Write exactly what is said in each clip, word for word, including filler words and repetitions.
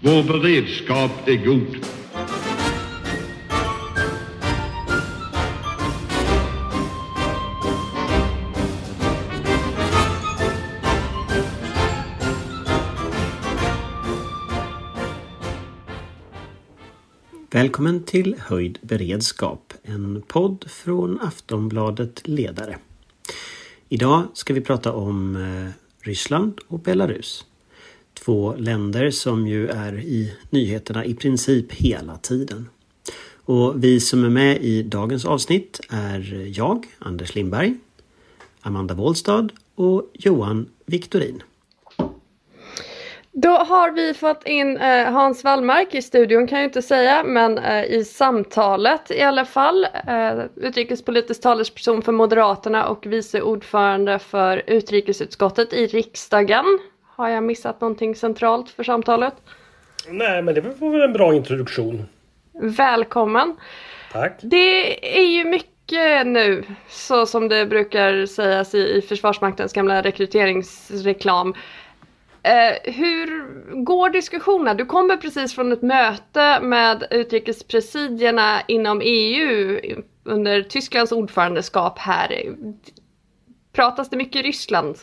Vår beredskap är god. Välkommen till Höjd beredskap, en podd från Aftonbladet Ledare. Idag ska vi prata om eh, Ryssland och Belarus. Två länder som ju är i nyheterna i princip hela tiden. Och vi som är med i dagens avsnitt är jag, Anders Lindberg, Amanda Wåhlstad och Johan Viktorin. Då har vi fått in eh, Hans Wallmark i studion, kan jag inte säga, men eh, i samtalet i alla fall. Eh, utrikespolitisk talesperson för Moderaterna och vice ordförande för utrikesutskottet i riksdagen. Har jag missat någonting centralt för samtalet? Nej, men det var väl en bra introduktion. Välkommen. Tack. Det är ju mycket nu, så som det brukar sägas i, i Försvarsmaktens gamla rekryteringsreklam. Eh, hur går diskussionen? Du kommer precis från ett möte med utrikespresidierna inom E U under Tysklands ordförandeskap här. Pratas det mycket Ryssland?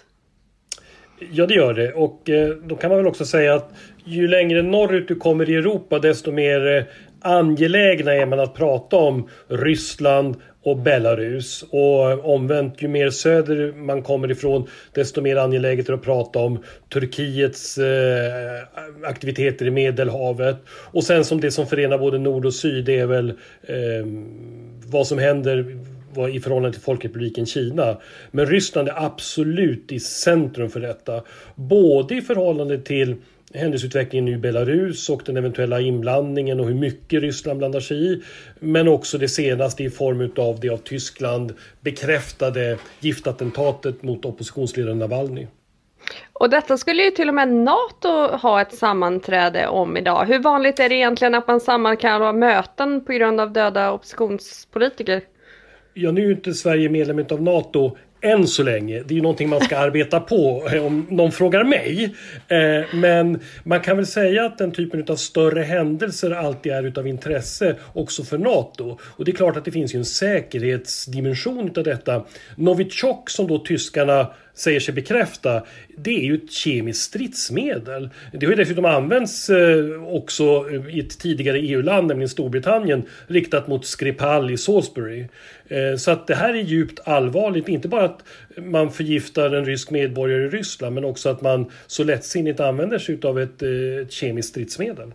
Ja, det gör det. Och eh, då kan man väl också säga att ju längre norrut du kommer i Europa, desto mer eh, angelägna är man att prata om Ryssland och Belarus. Och omvänt, ju mer söder man kommer ifrån, desto mer angeläget är att prata om Turkiets eh, aktiviteter i Medelhavet. Och sen som det som förenar både nord och syd, det är väl eh, vad som händer i förhållande till Folkrepubliken Kina. Men Ryssland är absolut i centrum för detta. Både i förhållande till händelseutvecklingen i Belarus och den eventuella inblandningen och hur mycket Ryssland blandar sig i. Men också det senaste i form av det av Tyskland bekräftade giftattentatet mot oppositionsledaren Navalny. Och detta skulle ju till och med NATO ha ett sammanträde om idag. Hur vanligt är det egentligen att man sammankallar möten på grund av döda oppositionspolitiker? Ja, nu är ju inte Sverige medlem av NATO än så länge. Det är ju någonting man ska arbeta på om någon frågar mig. Eh, men man kan väl säga att den typen av större händelser alltid är utav intresse också för NATO. Och det är klart att det finns ju en säkerhetsdimension av detta. Novichok, som då tyskarna säger sig bekräfta, det är ju ett kemiskt stridsmedel. Det har ju dessutom använts eh, också i ett tidigare E U-land, nämligen Storbritannien, riktat mot Skripal i Salisbury. Eh, så att det här är djupt allvarligt. Inte bara att man förgiftar en rysk medborgare i Ryssland, men också att man så lättsinnigt använder sig av ett, eh, ett kemiskt stridsmedel.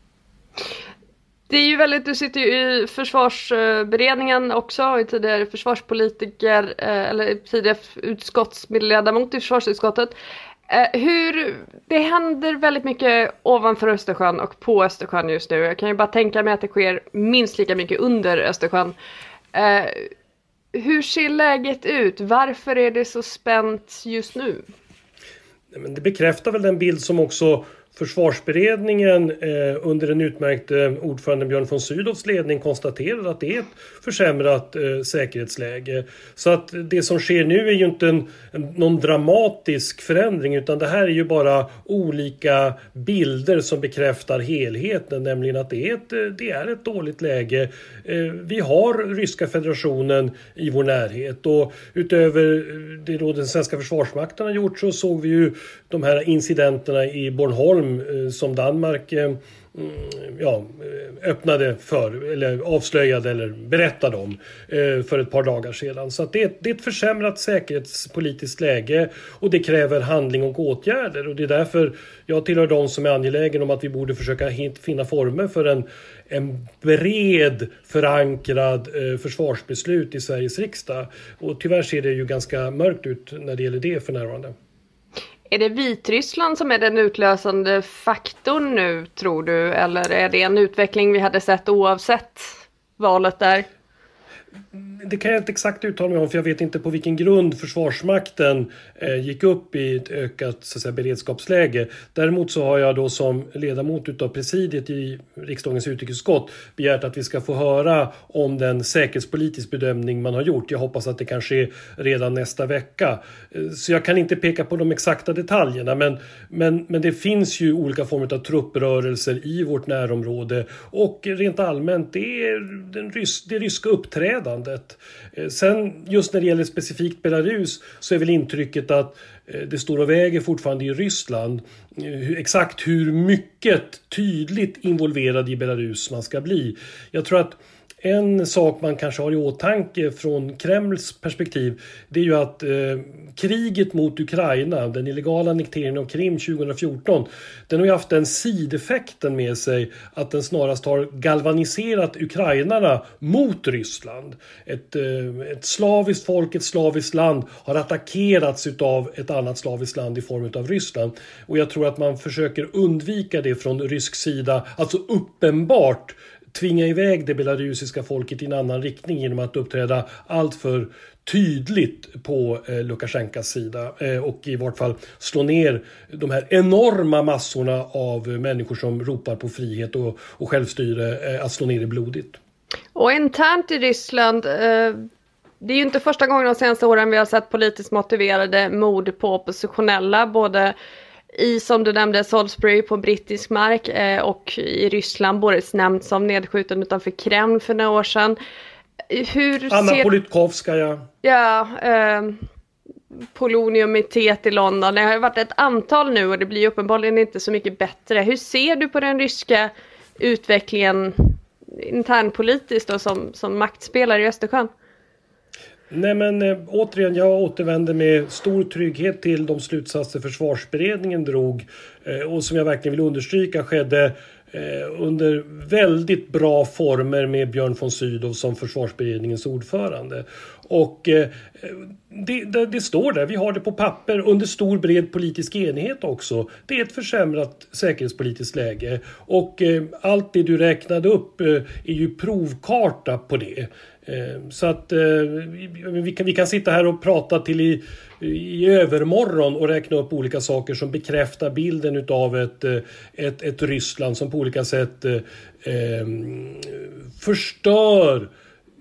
Det är ju väldigt, du sitter ju i försvarsberedningen också, och tidigare försvarspolitiker eller tidigare utskottsledamot i försvarsutskottet. Hur, det händer väldigt mycket ovanför Östersjön och på Östersjön just nu. Jag kan ju bara tänka mig att det sker minst lika mycket under Östersjön. Hur ser läget ut? Varför är det så spänt just nu? Men det bekräftar väl den bild som också Försvarsberedningen eh, under den utmärkte ordföranden Björn von Sydows ledning konstaterar att det är ett försämrat eh, säkerhetsläge. Så att det som sker nu är ju inte en, en, någon dramatisk förändring, utan det här är ju bara olika bilder som bekräftar helheten, nämligen att det är ett, det är ett dåligt läge. Eh, vi har Ryska federationen i vår närhet, och utöver det då den svenska försvarsmakten har gjort, så såg vi ju de här incidenterna i Bornholm som Danmark ja, öppnade för, eller avslöjade eller berättade om för ett par dagar sedan. Så att det, det är ett försämrat säkerhetspolitiskt läge, och det kräver handling och åtgärder. Och det är därför jag tillhör de som är angelägen om att vi borde försöka finna former för en, en bred förankrad försvarsbeslut i Sveriges riksdag. Och tyvärr ser det ju ganska mörkt ut när det gäller det för närvarande. Är det Vitryssland som är den utlösande faktorn nu, tror du? Eller är det en utveckling vi hade sett oavsett valet där? det kan jag inte exakt uttala mig om, för jag vet inte på vilken grund Försvarsmakten eh, gick upp i ett ökat så att säga, beredskapsläge. Däremot så har jag då som ledamot utav presidiet i riksdagens utrikesutskott begärt att vi ska få höra om den säkerhetspolitisk bedömning man har gjort. Jag hoppas att det kan ske redan nästa vecka. Eh, så jag kan inte peka på de exakta detaljerna, men, men, men det finns ju olika former av trupprörelser i vårt närområde, och rent allmänt det är den rys- det ryska uppträdandet. Sen just när det gäller specifikt Belarus så är väl intrycket att det står och väger fortfarande i Ryssland exakt hur mycket tydligt involverad i Belarus man ska bli. Jag tror att en sak man kanske har i åtanke från Kremls perspektiv, det är ju att eh, kriget mot Ukraina, den illegala annekteringen av Krim tjugo fjorton, den har ju haft den sideffekten med sig att den snarast har galvaniserat ukrainarna mot Ryssland. Ett, eh, ett slaviskt folk, ett slaviskt land har attackerats av ett annat slaviskt land i form av Ryssland. Och jag tror att man försöker undvika det från rysk sida, alltså uppenbart tvinga iväg det belarusiska folket i en annan riktning genom att uppträda allt för tydligt på eh, Lukasjenkas sida eh, och i vart fall slå ner de här enorma massorna av människor som ropar på frihet och, och självstyre, eh, att slå ner det blodigt. Och internt i Ryssland, eh, det är ju inte första gången de senaste åren vi har sett politiskt motiverade mord på oppositionella, både i, som du nämnde, Salisbury på brittisk mark eh, och i Ryssland, Boris nämnt som nedskjuten utanför Kreml för några år sedan. Hur Anna ser... Politkovskaja. Ja, eh, poloniumitet i London. Det har varit ett antal nu och det blir uppenbarligen inte så mycket bättre. Hur ser du på den ryska utvecklingen internpolitiskt och som, som maktspelare i Östersjön? Nej, men äh, återigen, jag återvänder med stor trygghet till de slutsatser försvarsberedningen drog äh, och som jag verkligen vill understryka skedde äh, under väldigt bra former med Björn von Sydow som försvarsberedningens ordförande. Och äh, det, det, det står där, vi har det på papper under stor bred politisk enighet också. Det är ett försämrat säkerhetspolitiskt läge och äh, allt det du räknade upp äh, är ju provkarta på det. Så att eh, vi, kan, vi kan sitta här och prata till i, i övermorgon och räkna upp olika saker som bekräftar bilden utav ett, ett, ett Ryssland som på olika sätt eh, förstör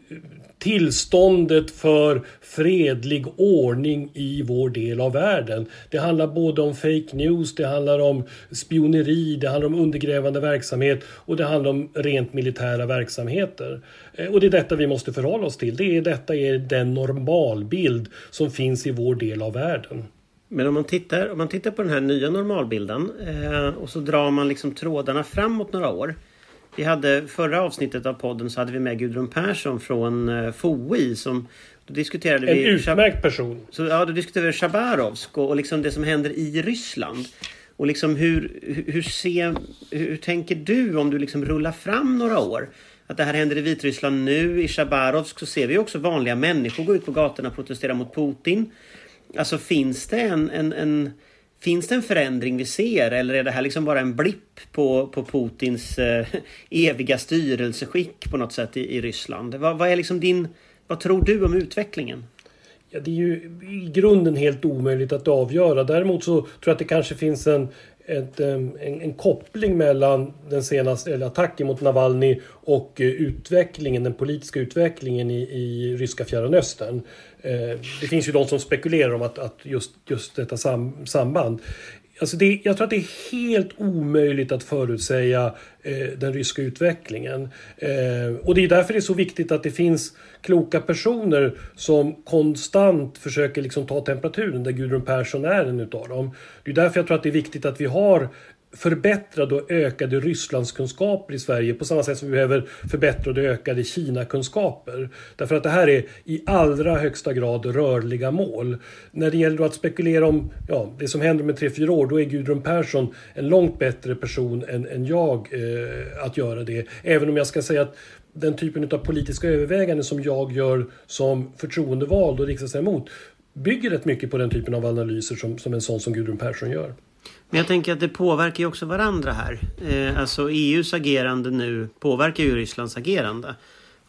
tillståndet för fredlig ordning i vår del av världen. Det handlar både om fake news, det handlar om spioneri, det handlar om undergrävande verksamhet och det handlar om rent militära verksamheter. Och det är detta vi måste förhålla oss till. Det är, detta är den normalbild som finns i vår del av världen. Men om man tittar, om man tittar på den här nya normalbilden eh, och så drar man liksom trådarna framåt några år. Vi hade förra avsnittet av podden så hade vi med Gudrun Persson från eh, F O I som då diskuterade en vi utmärkt person. Så ja, då diskuterade vi Chabarovsk och, och liksom det som händer i Ryssland. Och liksom hur hur, hur ser hur tänker du om du liksom rullar fram några år? Att det här händer i Vitryssland nu, i Chabarovsk så ser vi också vanliga människor gå ut på gatorna och protestera mot Putin. Alltså finns det en, en, en, finns det en förändring vi ser eller är det här liksom bara en blipp på, på Putins eh, eviga styrelseskick på något sätt i, i Ryssland? Vad, vad är liksom din, vad tror du om utvecklingen? Ja, det är ju i grunden helt omöjligt att avgöra. Däremot så tror jag att det kanske finns en Ett, en, en koppling mellan den senaste eller attacken mot Navalny och utvecklingen, den politiska utvecklingen i, i ryska Fjärran Östern. Eh, det finns ju de som spekulerar om att, att just, just detta sam, samband. Alltså det, jag tror att det är helt omöjligt att förutsäga eh, den ryska utvecklingen. Eh, och det är därför det är så viktigt att det finns kloka personer som konstant försöker liksom ta temperaturen, där Gudrun Persson är en utav dem. Det är därför jag tror att det är viktigt att vi har förbättrade och ökade Rysslandskunskaper i Sverige på samma sätt som vi behöver förbättrade och ökade Kina-kunskaper. Därför att det här är i allra högsta grad rörliga mål. När det gäller att spekulera om ja, det som händer med tre fyra år, då är Gudrun Persson en långt bättre person än, än jag eh, att göra det. Även om jag ska säga att den typen av politiska överväganden som jag gör som förtroendevald och riksdagsledamot bygger rätt mycket på den typen av analyser som, som en sån som Gudrun Persson gör. Men jag tänker att det påverkar ju också varandra här. Eh, alltså E U:s agerande nu påverkar ju Rysslands agerande.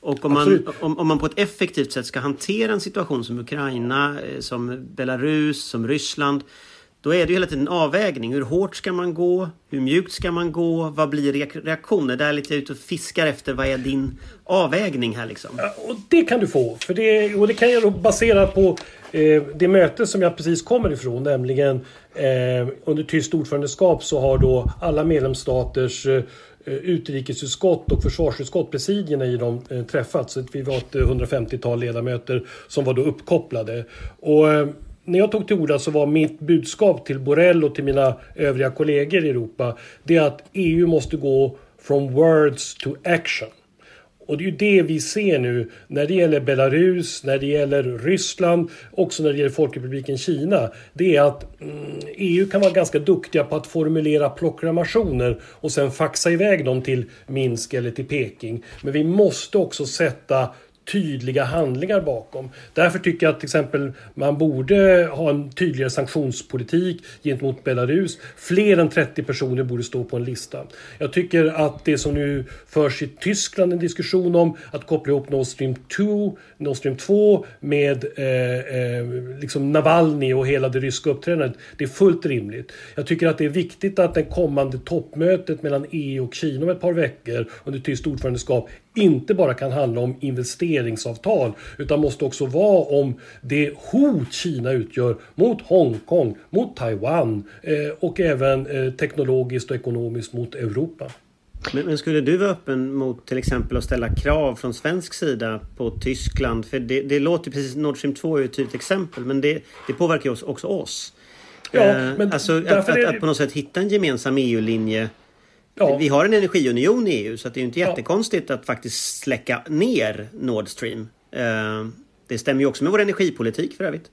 Och om man, om, om man på ett effektivt sätt ska hantera en situation som Ukraina, som Belarus, som Ryssland, då är det ju hela tiden en avvägning. Hur hårt ska man gå? Hur mjukt ska man gå? Vad blir reaktioner? Där är lite ute och fiskar efter vad är din avvägning här liksom. Ja, och det kan du få. För det, och det kan jag då basera på eh, det möte som jag precis kommer ifrån. Nämligen eh, under tyskt ordförandeskap så har då alla medlemsstaters eh, utrikesutskott och försvarsutskott, presidierna i dem, eh, träffats. Så vi var ett hundrafemtiotal ledamöter som var då uppkopplade. Och eh, när jag tog till orda så var mitt budskap till Borrell och till mina övriga kollegor i Europa det är att E U måste gå from words to action. Och det är ju det vi ser nu när det gäller Belarus, när det gäller Ryssland, också när det gäller Folkrepubliken Kina. Det är att mm, E U kan vara ganska duktiga på att formulera proklamationer och sen faxa iväg dem till Minsk eller till Peking. Men vi måste också sätta tydliga handlingar bakom. Därför tycker jag att till exempel man borde ha en tydligare sanktionspolitik gentemot Belarus. Fler än trettio personer borde stå på en lista. Jag tycker att det som nu förs i Tyskland en diskussion om att koppla ihop Nord Stream två, Nord Stream två med eh, eh, liksom Navalny och hela det ryska uppträdandet, det är fullt rimligt. Jag tycker att det är viktigt att det kommande toppmötet mellan E U och Kina om ett par veckor under tyskt ordförandeskap inte bara kan handla om investeringsavtal utan måste också vara om det hot Kina utgör mot Hongkong, mot Taiwan eh, och även eh, teknologiskt och ekonomiskt mot Europa. Men, men skulle du vara öppen mot till exempel att ställa krav från svensk sida på Tyskland? För det, det låter precis, Nord Stream två är ett tydligt exempel, men det, det påverkar oss, också oss. Ja, eh, men alltså att, därför att, är det... att på något sätt hitta en gemensam E U-linje. Ja. Vi har en energiunion i E U så att det är ju inte jättekonstigt att faktiskt släcka ner Nord Stream. Eh, det stämmer ju också med vår energipolitik för övrigt.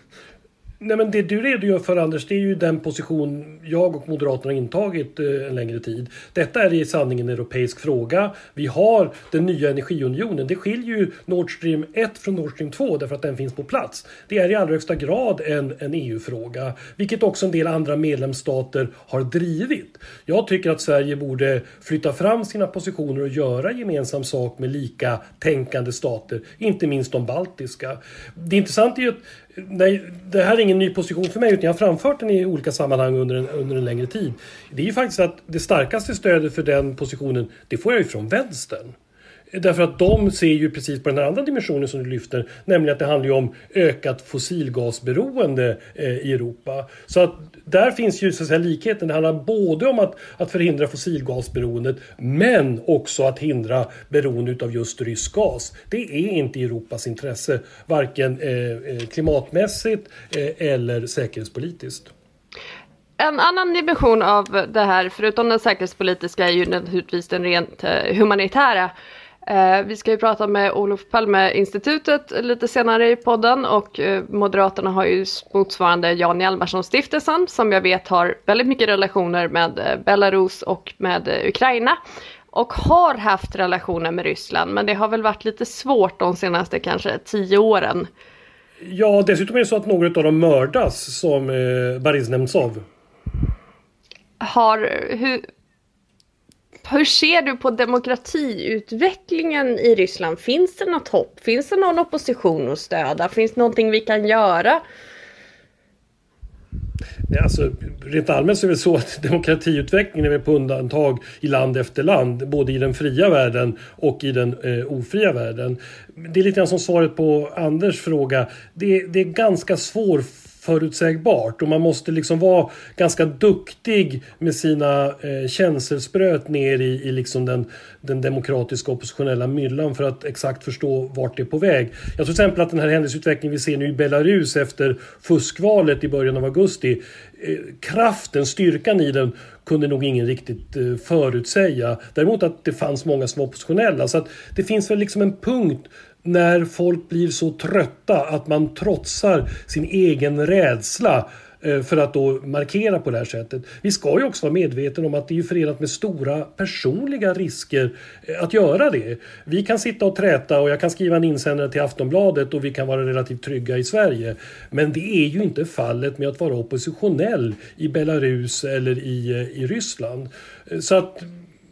Nej, men det du redogör för, Anders, det är ju den position jag och Moderaterna har intagit eh, en längre tid. Detta är i sanning en europeisk fråga. Vi har den nya energiunionen. Det skiljer ju Nord Stream ett från Nord Stream två därför att den finns på plats. Det är i allra högsta grad en, en E U-fråga, vilket också en del andra medlemsstater har drivit. Jag tycker att Sverige borde flytta fram sina positioner och göra gemensam sak med lika tänkande stater, inte minst de baltiska. Det intressanta är ju att nej, det här är ingen ny position för mig utan jag har framfört den i olika sammanhang under en, under en längre tid. Det är ju faktiskt att det starkaste stödet för den positionen, det får jag ju från vänstern. Därför att de ser ju precis på den här andra dimensionen som du lyfter, nämligen att det handlar ju om ökat fossilgasberoende eh, i Europa. Så att där finns ju så att säga likheten. Det handlar både om att, att förhindra fossilgasberoendet men också att hindra beroende av just rysk gas. Det är inte i Europas intresse, varken eh, klimatmässigt eh, eller säkerhetspolitiskt. En annan dimension av det här, förutom den säkerhetspolitiska, är ju naturligtvis den rent eh, humanitära. Eh, vi ska ju prata med Olof Palme-institutet lite senare i podden och eh, Moderaterna har ju motsvarande Jan Hjalmarsson-stiftelsen som jag vet har väldigt mycket relationer med eh, Belarus och med eh, Ukraina och har haft relationer med Ryssland, men det har väl varit lite svårt de senaste kanske tio åren. Ja, dessutom är det så att några av dem mördas som eh, Boris Nemtsov. Har, hur, hur ser du på demokratiutvecklingen i Ryssland? Finns det något hopp? Finns det någon opposition att stödja? Finns det någonting vi kan göra? Nej, alltså, rent allmänt så är det så att demokratiutvecklingen är på undantag i land efter land, både i den fria världen och i den eh, ofria världen. Det är lite grann som svaret på Anders fråga. Det, det är ganska svårt förutsägbart och man måste liksom vara ganska duktig med sina eh, känselspröt ner i, i liksom den, den demokratiska oppositionella myllan för att exakt förstå vart det är på väg. Jag tror till exempel att den här händelseutvecklingen vi ser nu i Belarus efter fuskvalet i början av augusti, eh, kraften, styrkan i den kunde nog ingen riktigt eh, förutsäga. Däremot att det fanns många som var oppositionella, så att det finns väl liksom en punkt när folk blir så trötta att man trotsar sin egen rädsla för att då markera på det här sättet. Vi ska ju också vara medvetna om att det är förenat med stora personliga risker att göra det. Vi kan sitta och träta och jag kan skriva en insändare till Aftonbladet och vi kan vara relativt trygga i Sverige. Men det är ju inte fallet med att vara oppositionell i Belarus eller i, i Ryssland. Så att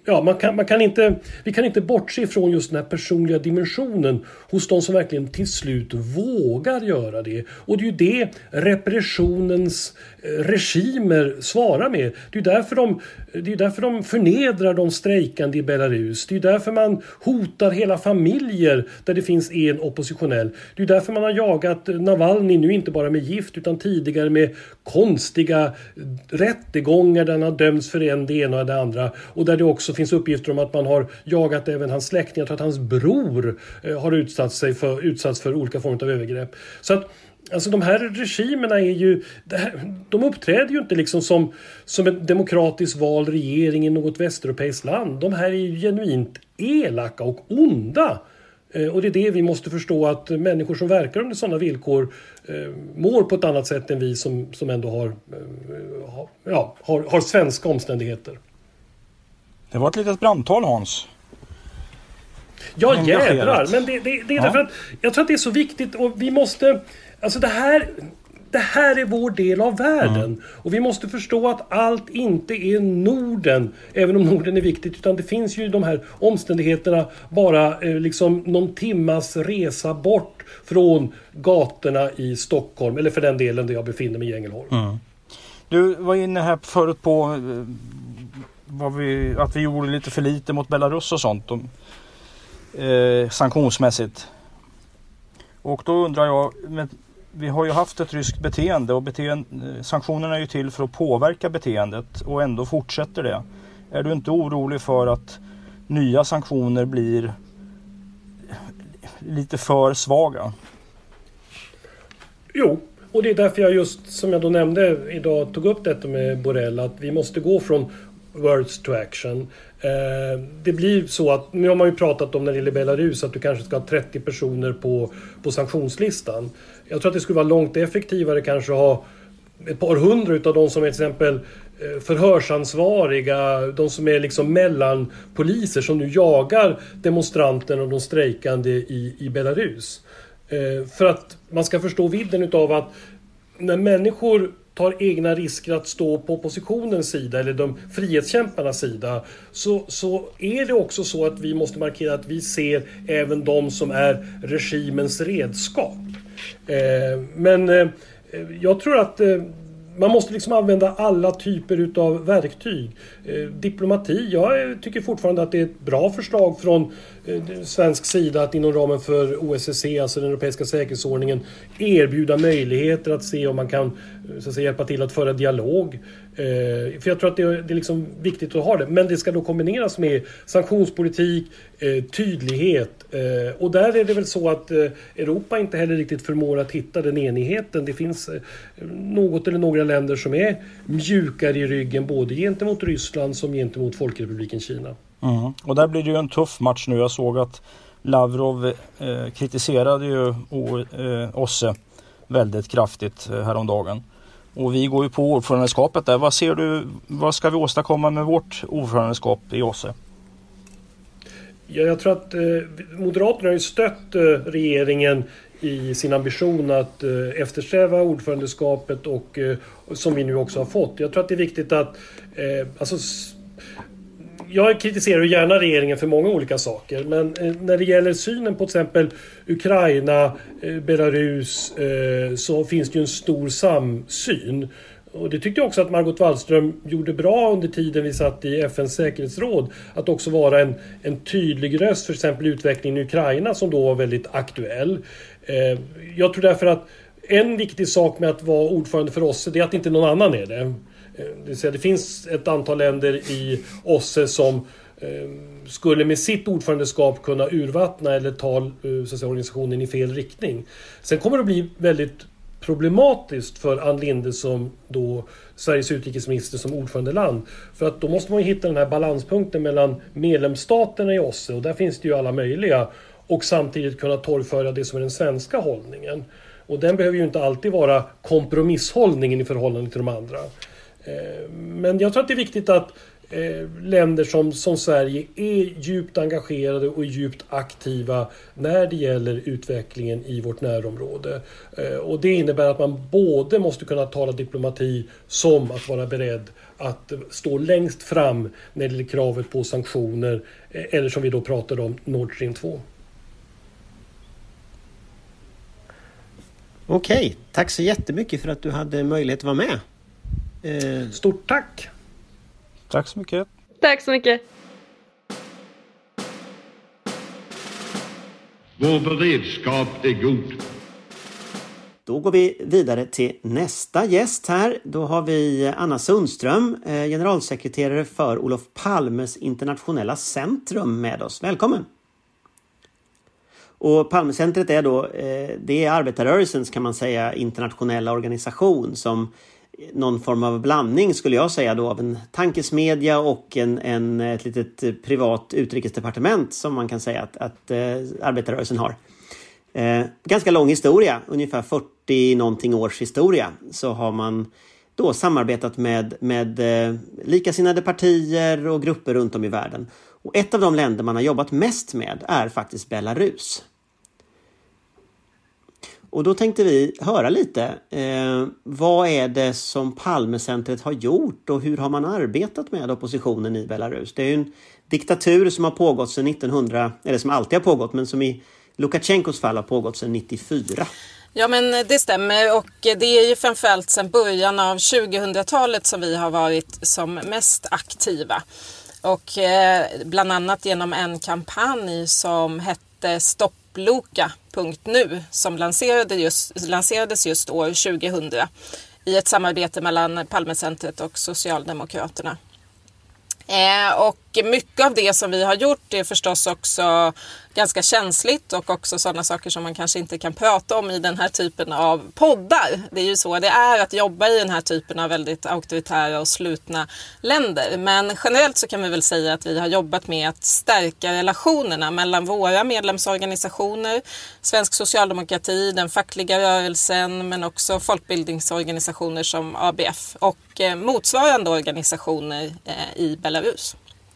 Ja, man kan, man kan inte, vi kan inte bortse från just den här personliga dimensionen hos de som verkligen till slut vågar göra det. Och det är ju det repressionens regimer svarar med. Det är därför de, det är därför de förnedrar de strejkande i Belarus. Det är därför man hotar hela familjer där det finns en oppositionell. Det är därför man har jagat Navalny nu inte bara med gift utan tidigare med konstiga rättegångar där han har dömts för en det ena och det andra. Och där det också finns uppgifter om att man har jagat även hans släktingar. Jag tror att hans bror har utsatt sig för, utsatts för olika former av övergrepp. Så att alltså de här regimerna är ju, de uppträder ju inte liksom som, som en demokratiskt vald regering i något västeuropeiskt land. De här är ju genuint elaka och onda. Och det är det vi måste förstå, att människor som verkar under sådana villkor eh, mår på ett annat sätt än vi som, som ändå har, eh, ha, ja, har, har svenska omständigheter. Det var ett litet brandtal, Hans. Ja, jädrar. Men det, det, det är ja. därför att jag tror att det är så viktigt och vi måste, alltså det här, det här är vår del av världen. Mm. Och vi måste förstå att allt inte är Norden, även om Norden är viktigt, utan det finns ju de här omständigheterna bara eh, liksom någon timmas resa bort från gatorna i Stockholm, eller för den delen där jag befinner mig i Ängelholm. Mm. Du var inne här förut på eh, vad vi, att vi gjorde lite för lite mot Belarus och sånt, om, eh, sanktionsmässigt. Och då undrar jag, med, vi har ju haft ett ryskt beteende och beteende, sanktionerna är ju till för att påverka beteendet och ändå fortsätter det. Är du inte orolig för att nya sanktioner blir lite för svaga? Jo, och det är därför jag just, som jag då nämnde idag, tog upp detta med Borrell, att vi måste gå från words to action. Eh, det blir så att, nu har man ju pratat om när det gäller Belarus att du kanske ska ha trettio personer på, på sanktionslistan. Jag tror att det skulle vara långt effektivare kanske ha ett par hundra utav de som är till exempel förhörsansvariga, de som är liksom mellanpoliser som nu jagar demonstranterna och de strejkande i, i Belarus. Eh, för att man ska förstå vidden utav att när människor tar egna risker att stå på oppositionens sida eller de frihetskämparnas sida, så, så är det också så att vi måste markera att vi ser även de som är regimens redskap. Eh, men eh, jag tror att eh, man måste liksom använda alla typer utav verktyg. Eh, diplomati, jag tycker fortfarande att det är ett bra förslag från eh, svensk sida att inom ramen för O S S C, alltså den europeiska säkerhetsordningen, erbjuda möjligheter att se om man kan så att säga, hjälpa till att föra dialog. Eh, för jag tror att det är, det är liksom viktigt att ha det. Men det ska då kombineras med sanktionspolitik, eh, tydlighet. Eh, och där är det väl så att eh, Europa inte heller riktigt förmår att hitta den enigheten. Det finns eh, något eller några länder som är mjukare i ryggen både gentemot Ryssland som gentemot Folkrepubliken Kina. Mm. Och där blir det ju en tuff match nu. Jag såg att Lavrov eh, kritiserade ju o, eh, O S S E väldigt kraftigt eh, häromdagen. Och vi går ju på ordförandeskapet där. Vad ser du, vad ska vi åstadkomma med vårt ordförandeskap i O S S E? Ja, jag tror att eh, Moderaterna har ju stött eh, regeringen i sin ambition att eh, eftersträva ordförandeskapet och eh, som vi nu också har fått. Jag tror att det är viktigt att eh, alltså, jag kritiserar gärna regeringen för många olika saker, men eh, när det gäller synen på till exempel Ukraina, eh, Belarus, eh, så finns det ju en stor samsyn. Och det tyckte jag också att Margot Wallström gjorde bra under tiden vi satt i F N:s säkerhetsråd. Att också vara en, en tydlig röst för exempel utvecklingen i Ukraina som då var väldigt aktuell. Eh, jag tror därför att en viktig sak med att vara ordförande för O S S E är att inte någon annan är det. Eh, det vill säga, det finns ett antal länder i O S S E som eh, skulle med sitt ordförandeskap kunna urvattna eller ta eh, så att säga, organisationen i fel riktning. Sen kommer det bli väldigt problematiskt för Ann Linde som då Sveriges utrikesminister som ordförandeland. För att då måste man ju hitta den här balanspunkten mellan medlemsstaterna i O S S E, och där finns det ju alla möjliga, och samtidigt kunna torgföra det som är den svenska hållningen. Och den behöver ju inte alltid vara kompromisshållningen i förhållande till de andra. Men jag tror att det är viktigt att eh, länder som, som Sverige är djupt engagerade och djupt aktiva när det gäller utvecklingen i vårt närområde. Eh, och det innebär att man både måste kunna tala diplomati som att vara beredd att stå längst fram när det gäller kravet på sanktioner, eh, eller som vi då pratade om, Nord Stream två. Okej, tack så jättemycket för att du hade möjlighet att vara med. Eh... Stort tack! Tack så mycket. Tack så mycket. Vår beredskap är god. Då går vi vidare till nästa gäst här. Då har vi Anna Sundström, eh, generalsekreterare för Olof Palmes internationella centrum med oss. Välkommen! Och Palmecentret är då, eh, det är arbetarrörelsens kan man säga internationella organisation som någon form av blandning skulle jag säga då av en tankesmedja och en, en, ett litet privat utrikesdepartement som man kan säga att, att eh, arbetarrörelsen har. Eh, ganska lång historia, ungefär fyrtio någonting års historia, så har man då samarbetat med, med eh, likasinnade partier och grupper runt om i världen. Och ett av de länder man har jobbat mest med är faktiskt Belarus. Och då tänkte vi höra lite, eh, vad är det som Palmecentret har gjort och hur har man arbetat med oppositionen i Belarus? Det är ju en diktatur som har pågått sedan nittonhundra, eller som alltid har pågått, men som i Lukasjenkos fall har pågått sedan nittiofyra. Ja, men det stämmer, och det är ju framförallt sedan början av tjugohundratalet som vi har varit som mest aktiva. Och eh, bland annat genom en kampanj som hette Stopp Luka punkt nu som lanserade just, lanserades just år tjugohundra i ett samarbete mellan Palmecentret och Socialdemokraterna. Eh, och mycket av det som vi har gjort är förstås också ganska känsligt och också sådana saker som man kanske inte kan prata om i den här typen av poddar. Det är ju så det är att jobba i den här typen av väldigt auktoritära och slutna länder. Men generellt så kan vi väl säga att vi har jobbat med att stärka relationerna mellan våra medlemsorganisationer, svensk socialdemokrati, den fackliga rörelsen men också folkbildningsorganisationer som A B F och eh, motsvarande organisationer eh, i Belarus.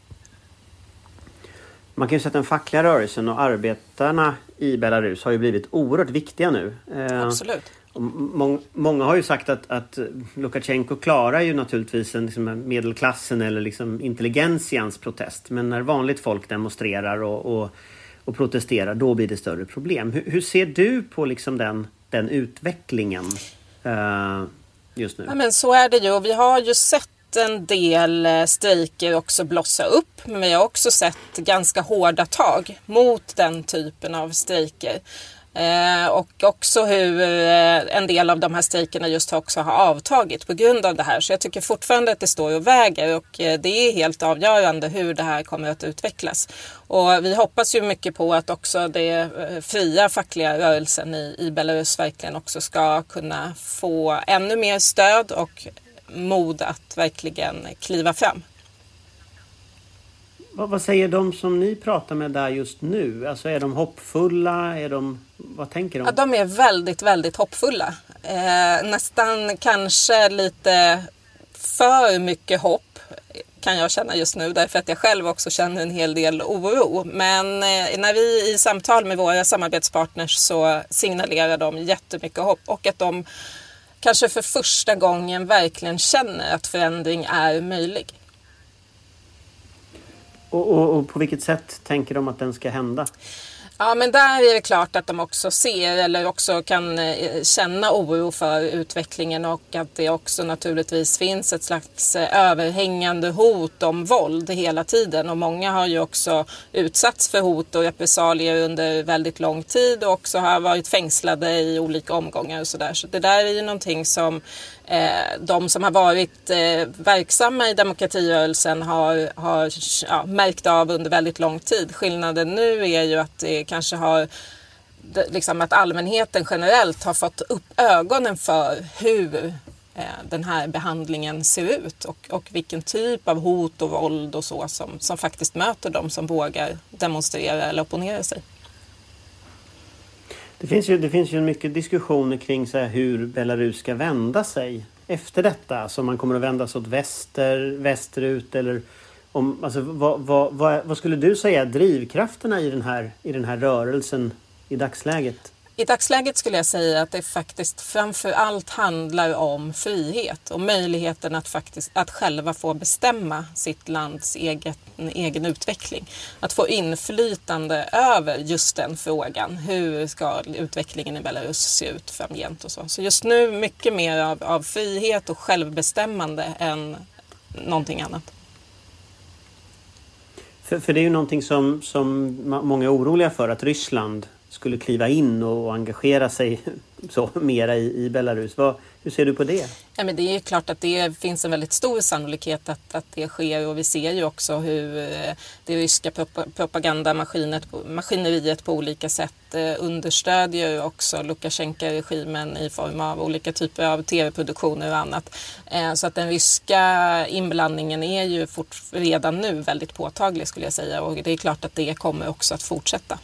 Man kan ju säga att den fackliga rörelsen och arbetarna i Belarus har ju blivit oerhört viktiga nu. Absolut. Och må- många har ju sagt att, att Lukasjenko klarar ju naturligtvis en, liksom, medelklassen eller liksom intelligensians protest. Men när vanligt folk demonstrerar och, och, och protesterar, då blir det större problem. Hur, hur ser du på liksom den, den utvecklingen uh, just nu? Ja, men så är det ju, och vi har ju sett en del strejker också blossa upp, men vi har också sett ganska hårda tag mot den typen av strejker. Eh, och också hur eh, en del av de här strejkerna just också har avtagit på grund av det här. Så jag tycker fortfarande att det står och väger, och eh, det är helt avgörande hur det här kommer att utvecklas. Och vi hoppas ju mycket på att också det eh, fria fackliga rörelsen i, i Belarus verkligen också ska kunna få ännu mer stöd och mod att verkligen kliva fram. Vad, vad säger de som ni pratar med där just nu? Alltså är de hoppfulla? Är de, vad tänker de? Ja, de är väldigt, väldigt hoppfulla. Eh, nästan kanske lite för mycket hopp kan jag känna just nu, därför att jag själv också känner en hel del oro. Men eh, när vi i samtal med våra samarbetspartners så signalerar de jättemycket hopp, och att de kanske för första gången verkligen känner att förändring är möjlig. Och, och, och på vilket sätt tänker de att den ska hända? Ja, men där är det klart att de också ser eller också kan känna oro för utvecklingen, och att det också naturligtvis finns ett slags överhängande hot om våld hela tiden. Och många har ju också utsatts för hot och repressalier under väldigt lång tid och också har varit fängslade i olika omgångar och sådär. Så det där är ju någonting som eh, de som har varit eh, verksamma i demokratirörelsen har, har ja, märkt av under väldigt lång tid. Skillnaden nu är ju att det kanske har liksom att allmänheten generellt har fått upp ögonen för hur eh, den här behandlingen ser ut, och, och vilken typ av hot och våld och så som, som faktiskt möter dem som vågar demonstrera eller opponera sig. Det finns ju, det finns ju mycket diskussioner kring så här hur Belarus ska vända sig efter detta. Så man kommer att vända sig åt väster, västerut eller om, alltså, vad, vad, vad, vad skulle du säga är drivkrafterna i den här, i den här rörelsen i dagsläget? I dagsläget skulle jag säga att det faktiskt framför allt handlar om frihet och möjligheten att faktiskt att själva få bestämma sitt lands eget, egen utveckling. Att få inflytande över just den frågan. Hur ska utvecklingen i Belarus se ut framgent och så. Så just nu mycket mer av, av frihet och självbestämmande än någonting annat. För, för det är ju någonting som, som många är oroliga för, att Ryssland skulle kliva in och engagera sig så mera i, i Belarus. Vad, hur ser du på det? Ja, men det är klart att det finns en väldigt stor sannolikhet att, att det sker, och vi ser ju också hur det ryska propagandamaskineriet på olika sätt understödjer också Lukasjenko-regimen i form av olika typer av tv-produktioner och annat. Så att den ryska inblandningen är ju fort, redan nu väldigt påtaglig, skulle jag säga, och det är klart att det kommer också att fortsätta.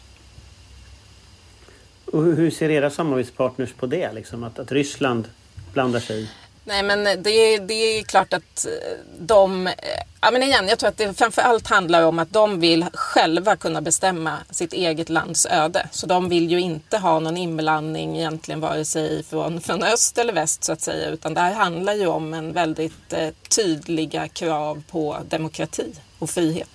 Och hur ser era samarbetspartners på det? Liksom, att, att Ryssland blandar sig? Nej, men det, det är klart att de... Ja, men igen, jag tror att det framförallt handlar om att de vill själva kunna bestämma sitt eget lands öde. Så de vill ju inte ha någon inblandning egentligen vare sig från, från öst eller väst, så att säga. Utan det här handlar ju om en väldigt eh, tydliga krav på demokrati och frihet.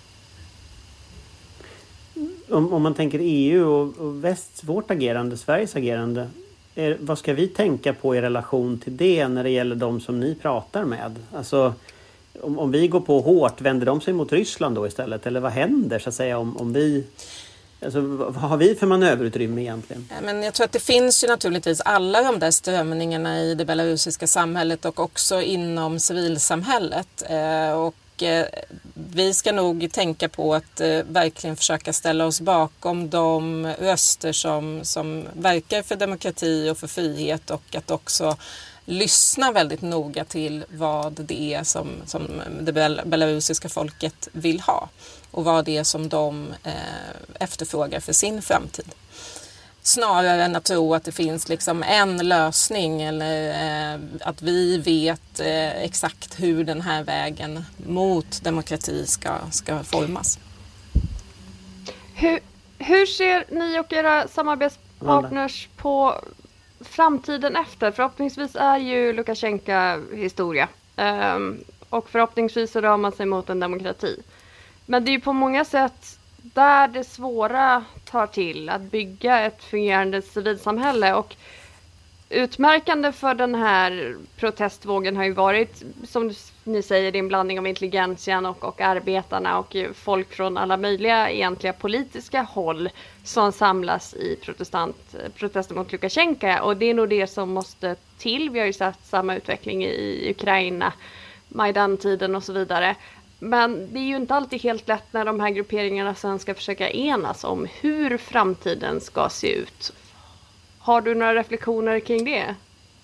Om, om man tänker E U och, och väst, vårt agerande, Sveriges agerande, är, vad ska vi tänka på i relation till det när det gäller de som ni pratar med? Alltså, om, om vi går på hårt, vänder de sig mot Ryssland då istället? Eller vad händer så att säga om, om vi... Alltså, vad har vi för manöverutrymme egentligen? Men jag tror att det finns ju naturligtvis alla de där strömningarna i det belarusiska samhället och också inom civilsamhället. Eh, och vi ska nog tänka på att eh, verkligen försöka ställa oss bakom de röster som, som verkar för demokrati och för frihet, och att också lyssna väldigt noga till vad det är som, som det belarusiska folket vill ha och vad det är som de eh, efterfrågar för sin framtid. Snarare än att tro att det finns liksom en lösning eller eh, att vi vet eh, exakt hur den här vägen mot demokrati ska, ska formas. Hur, hur ser ni och era samarbetspartners på framtiden efter? Förhoppningsvis är ju Lukasjenko historia. Um, och förhoppningsvis så rör man sig mot en demokrati. Men det är ju på många sätt där det svåra tar till att bygga ett fungerande civilsamhälle, och utmärkande för den här protestvågen har ju varit, som ni säger, en blandning av intelligensian och, och arbetarna och folk från alla möjliga egentliga politiska håll som samlas i protestant, protester mot Lukasjenko, och det är nog det som måste till. Vi har ju sett samma utveckling i Ukraina, Majdan-tiden och så vidare. Men det är ju inte alltid helt lätt när de här grupperingarna sen ska försöka enas om hur framtiden ska se ut. Har du några reflektioner kring det?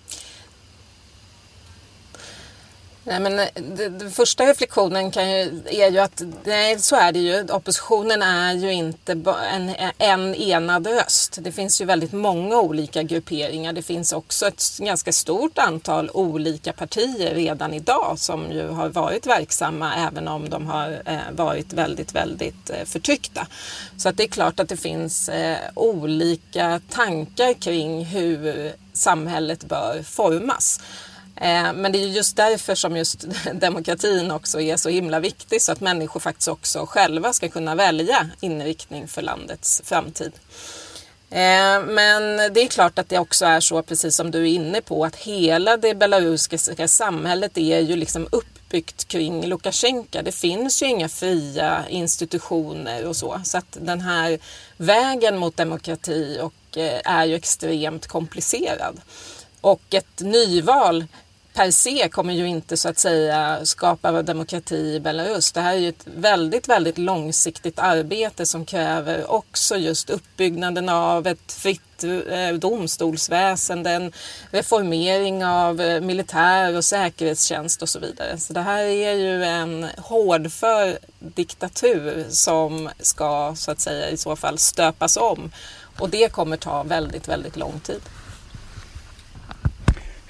Nej, men det, det första reflektionen kan ju, är ju att nej, så är det ju. Oppositionen är ju inte en, en enad röst. Det finns ju väldigt många olika grupperingar. Det finns också ett ganska stort antal olika partier redan idag som ju har varit verksamma, även om de har eh, varit väldigt, väldigt eh, förtryckta. Så att det är klart att det finns eh, olika tankar kring hur samhället bör formas. Men det är just därför som just demokratin också är så himla viktig, så att människor faktiskt också själva ska kunna välja inriktning för landets framtid. Men det är klart att det också är så, precis som du är inne på, att hela det belarusiska samhället är ju liksom uppbyggt kring Lukasjenko. Det finns ju inga fria institutioner och så. Så att den här vägen mot demokrati och är ju extremt komplicerad. Och ett nyval per se kommer ju inte så att säga skapa demokrati i Belarus. Det här är ju ett väldigt, väldigt långsiktigt arbete som kräver också just uppbyggnaden av ett fritt domstolsväsende, en reformering av militär och säkerhetstjänst och så vidare. Så det här är ju en hårdför diktatur som ska så att säga i så fall stöpas om. Och det kommer ta väldigt, väldigt lång tid.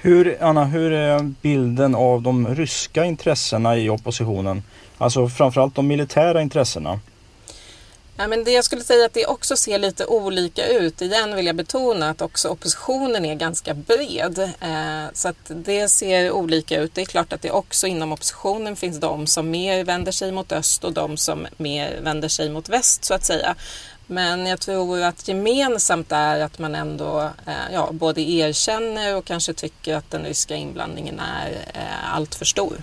Hur, Anna, hur är bilden av de ryska intressena i oppositionen? Alltså framförallt de militära intressena. Ja, men det jag skulle säga att det också ser lite olika ut. Igen vill jag betona att också oppositionen är ganska bred. Eh, så att det ser olika ut. Det är klart att det också inom oppositionen finns de som mer vänder sig mot öst och de som mer vänder sig mot väst så att säga. Men jag tror att gemensamt är att man ändå eh, ja, både erkänner och kanske tycker att den ryska inblandningen är eh, allt för stor.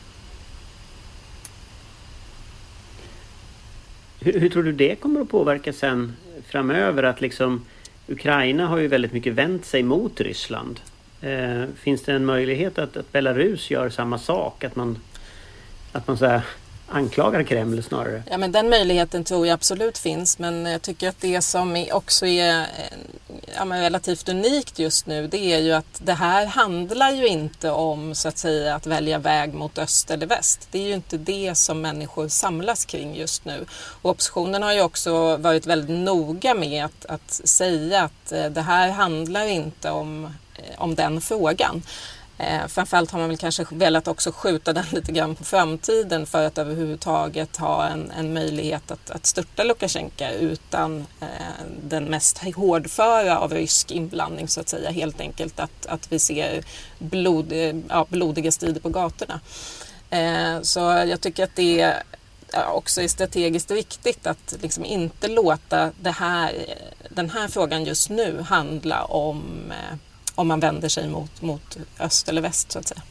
Hur, hur tror du det kommer att påverka sen framöver? Att liksom Ukraina har ju väldigt mycket vänt sig mot Ryssland. Eh, finns det en möjlighet att, att Belarus gör samma sak? Att man, att man så här anklagar Kreml snarare? Ja, men den möjligheten tror jag absolut finns, men jag tycker att det som också är ja, men relativt unikt just nu, det är ju att det här handlar ju inte om så att säga att välja väg mot öst eller väst. Det är ju inte det som människor samlas kring just nu. Och oppositionen har ju också varit väldigt noga med att, att säga att det här handlar inte om, om den frågan. Eh, framförallt har man väl kanske velat också skjuta den lite grann på framtiden för att överhuvudtaget ha en, en möjlighet att, att störta Lukasjenko utan eh, den mest hårdföra av rysk inblandning så att säga. Helt enkelt att, att vi ser blod, ja, blodiga strider på gatorna. Eh, så jag tycker att det också är strategiskt viktigt att liksom inte låta det här, den här frågan just nu handla om eh, om man vänder sig mot, mot öst eller väst så att säga.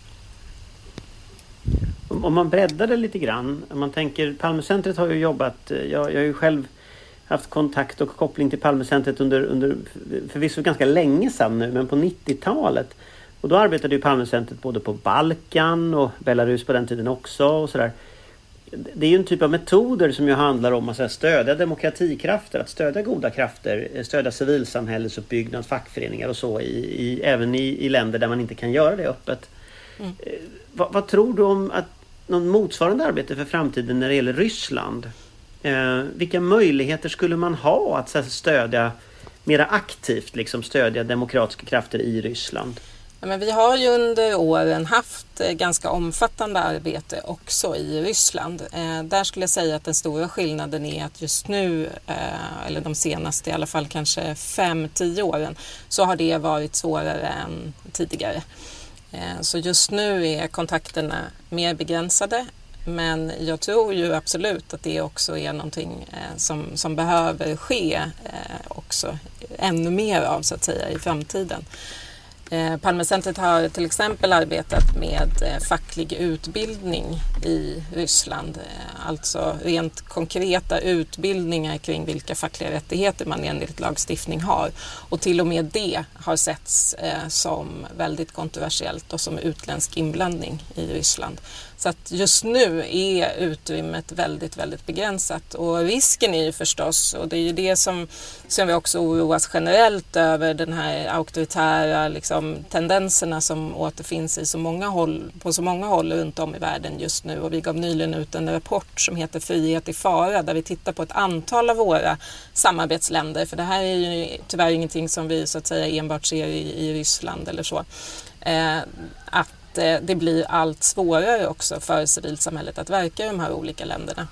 Om man breddar det lite grann, om man tänker, Palmecentret har ju jobbat, jag, jag har ju själv haft kontakt och koppling till Palmecentret under, under förvisso ganska länge sedan nu, men på nittiotalet. Och då arbetade ju Palmecentret både på Balkan och Belarus på den tiden också och sådär. Det är ju en typ av metoder som ju handlar om att stödja demokratikrafter, att stödja goda krafter, stödja civilsamhällesuppbyggnad, fackföreningar och så, i, i, även i, i länder där man inte kan göra det öppet. Mm. Eh, vad, vad tror du om att någon motsvarande arbete för framtiden när det gäller Ryssland? Eh, vilka möjligheter skulle man ha att så, stödja mera aktivt, liksom stödja demokratiska krafter i Ryssland? Ja, men vi har ju under åren haft ganska omfattande arbete också i Ryssland. Eh, där skulle jag säga att den stora skillnaden är att just nu, eh, eller de senaste i alla fall kanske fem, tio åren, så har det varit svårare än tidigare. Eh, så just nu är kontakterna mer begränsade. Men jag tror ju absolut att det också är någonting eh, som, som behöver ske eh, också ännu mer av så att säga i framtiden. Palmecentret har till exempel arbetat med facklig utbildning i Ryssland. Alltså rent konkreta utbildningar kring vilka fackliga rättigheter man enligt lagstiftning har. Och till och med det har setts som väldigt kontroversiellt och som utländsk inblandning i Ryssland. Så att just nu är utrymmet väldigt, väldigt begränsat. Och risken är ju förstås, och det är ju det som, som vi också oroas generellt över, den här auktoritära liksom, tendenserna som återfinns i så många håll, på så många håll runt om i världen just nu. Och vi gav nyligen ut en rapport som heter Frihet i fara, där vi tittar på ett antal av våra samarbetsländer. För det här är ju tyvärr ingenting som vi så att säga enbart ser i, i Ryssland eller så. Eh, att det blir allt svårare också för civilsamhället att verka i de här olika länderna.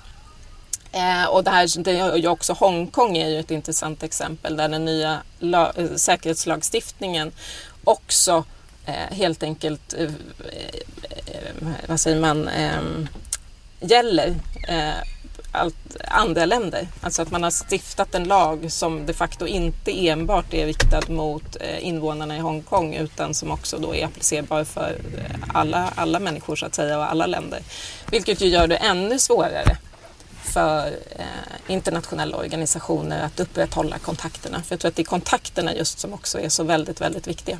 Eh, och det här, det är ju också Hongkong är ju ett intressant exempel där den nya la, säkerhetslagstiftningen också eh, helt enkelt eh, eh, vad säger man eh, gäller eh, allt andra länder. Alltså att man har stiftat en lag som de facto inte enbart är riktad mot invånarna i Hongkong utan som också då är applicerbar för alla, alla människor så att säga och alla länder. Vilket ju gör det ännu svårare för eh, internationella organisationer att upprätthålla kontakterna. För jag tror att det är kontakterna just som också är så väldigt, väldigt viktiga.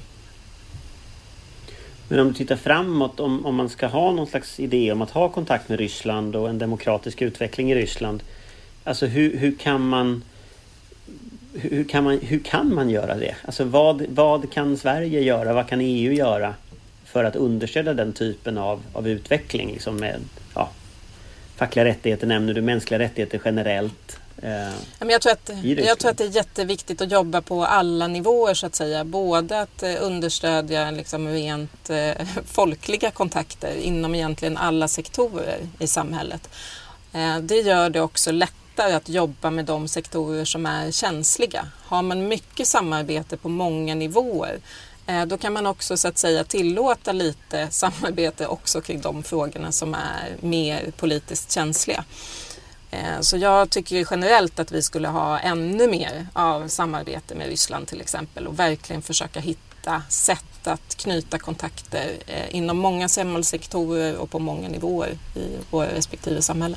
Men om du tittar framåt, om, om man ska ha någon slags idé om att ha kontakt med Ryssland och en demokratisk utveckling i Ryssland, alltså hur, hur kan man hur kan man hur kan man göra det? Alltså vad, vad kan Sverige göra? Vad kan E U göra för att understödja den typen av, av utveckling liksom med ja, fackliga rättigheter, nämner du, mänskliga rättigheter generellt? Men jag, tror att, jag tror att det är jätteviktigt att jobba på alla nivåer så att säga. Både att understödja liksom rent eh, folkliga kontakter inom egentligen alla sektorer i samhället. Eh, det gör det också lättare att jobba med de sektorer som är känsliga. Har man mycket samarbete på många nivåer, eh, då kan man också så att säga tillåta lite samarbete också kring de frågorna som är mer politiskt känsliga. Så jag tycker generellt att vi skulle ha ännu mer av samarbete med Ryssland till exempel och verkligen försöka hitta sätt att knyta kontakter inom många samhällssektorer och på många nivåer i våra respektive samhällen.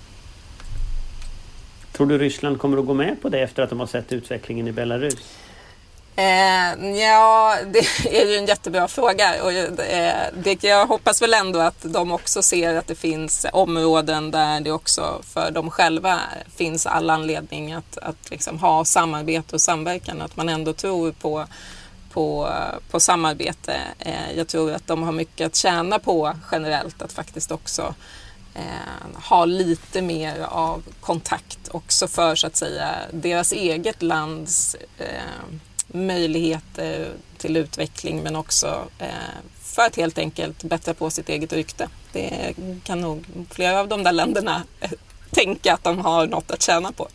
Tror du Ryssland kommer att gå med på det efter att de har sett utvecklingen i Belarus? Eh, ja, det är ju en jättebra fråga och eh, det, jag hoppas väl ändå att de också ser att det finns områden där det också för dem själva finns all anledning att, att liksom ha samarbete och samverkan, att man ändå tror på, på, på samarbete. Eh, jag tror att de har mycket att tjäna på generellt att faktiskt också eh, ha lite mer av kontakt också för så att säga deras eget lands eh, möjligheter till utveckling men också eh, för att helt enkelt bättra på sitt eget rykte. Det kan nog flera av de där länderna eh, tänka att de har något att tjäna på.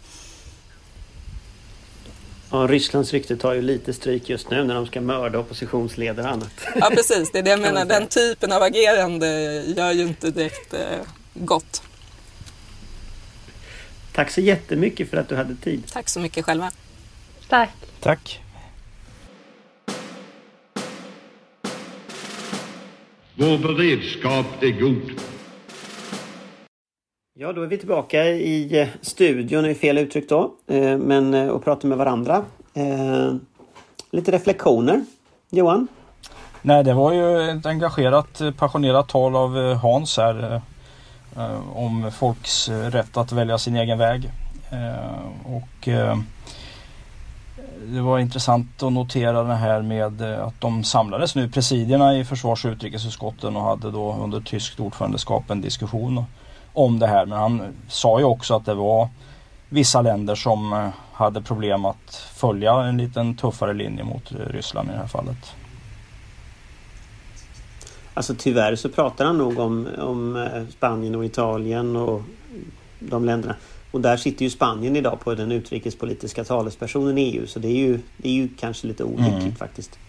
Ja, Rysslands rykte tar ju lite stryk just nu när de ska mörda oppositionsledare och annat. Ja, precis. Det är det jag menar. Den typen av agerande gör ju inte direkt eh, gott. Tack så jättemycket för att du hade tid. Tack så mycket själva. Tack. Tack. Vår beredskap är god. Ja, då är vi tillbaka i studion, är fel uttryck då, men och pratar med varandra. Lite reflektioner. Johan? Nej, det var ju ett engagerat, passionerat tal av Hans här om folks rätt att välja sin egen väg. Och det var intressant att notera det här med att de samlades nu presidierna i försvars- och utrikesutskotten och hade då under tyskt ordförandeskap en diskussion om det här. Men han sa ju också att det var vissa länder som hade problem att följa en liten tuffare linje mot Ryssland i det här fallet. Alltså tyvärr så pratar han nog om, om Spanien och Italien och de länderna. Och där sitter ju Spanien idag på den utrikespolitiska talespersonen i E U. Så det är ju, det är ju kanske lite olyckligt mm. faktiskt.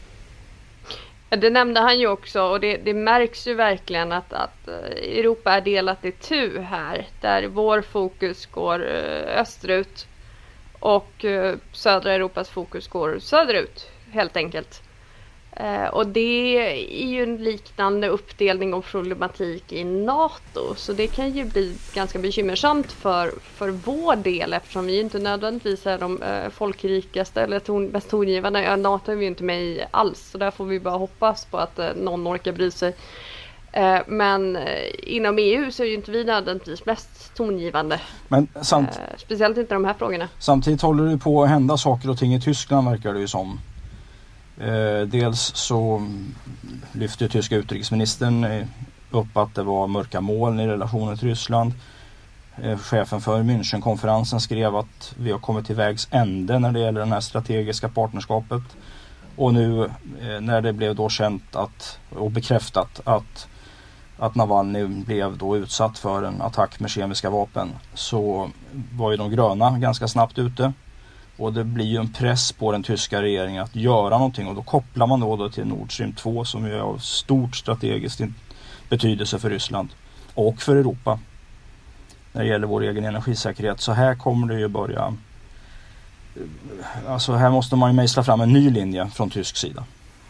Det nämnde han ju också och det, det märks ju verkligen att, att Europa är delat i tu här. Där vår fokus går österut och södra Europas fokus går söderut helt enkelt. Och det är ju en liknande uppdelning och problematik i NATO. Så det kan ju bli ganska bekymmersamt för, för vår del eftersom vi inte nödvändigtvis är de eh, folkrikaste eller ton, mest tongivande. Ja, NATO är vi ju inte med i alls. Så där får vi bara hoppas på att eh, någon orkar bry sig. Eh, men eh, inom E U så är ju inte vi nödvändigtvis mest tongivande. Men samt, eh, speciellt inte de här frågorna. Samtidigt håller det på att hända saker och ting i Tyskland verkar det ju som. Eh, dels så lyfte tyska utrikesministern upp att det var mörka moln i relationen till Ryssland. Eh, chefen för Münchenkonferensen skrev att vi har kommit till vägs ände när det gäller det här strategiska partnerskapet. Och nu eh, när det blev då känt att, och bekräftat att, att Navalny blev då utsatt för en attack med kemiska vapen så var ju de gröna ganska snabbt ute. Och det blir ju en press på den tyska regeringen att göra någonting och då kopplar man då, då till Nord Stream två som är av stort strategiskt betydelse för Ryssland och för Europa när det gäller vår egen energisäkerhet. Så här kommer det ju börja, alltså här måste man ju mejsla fram en ny linje från tysk sida.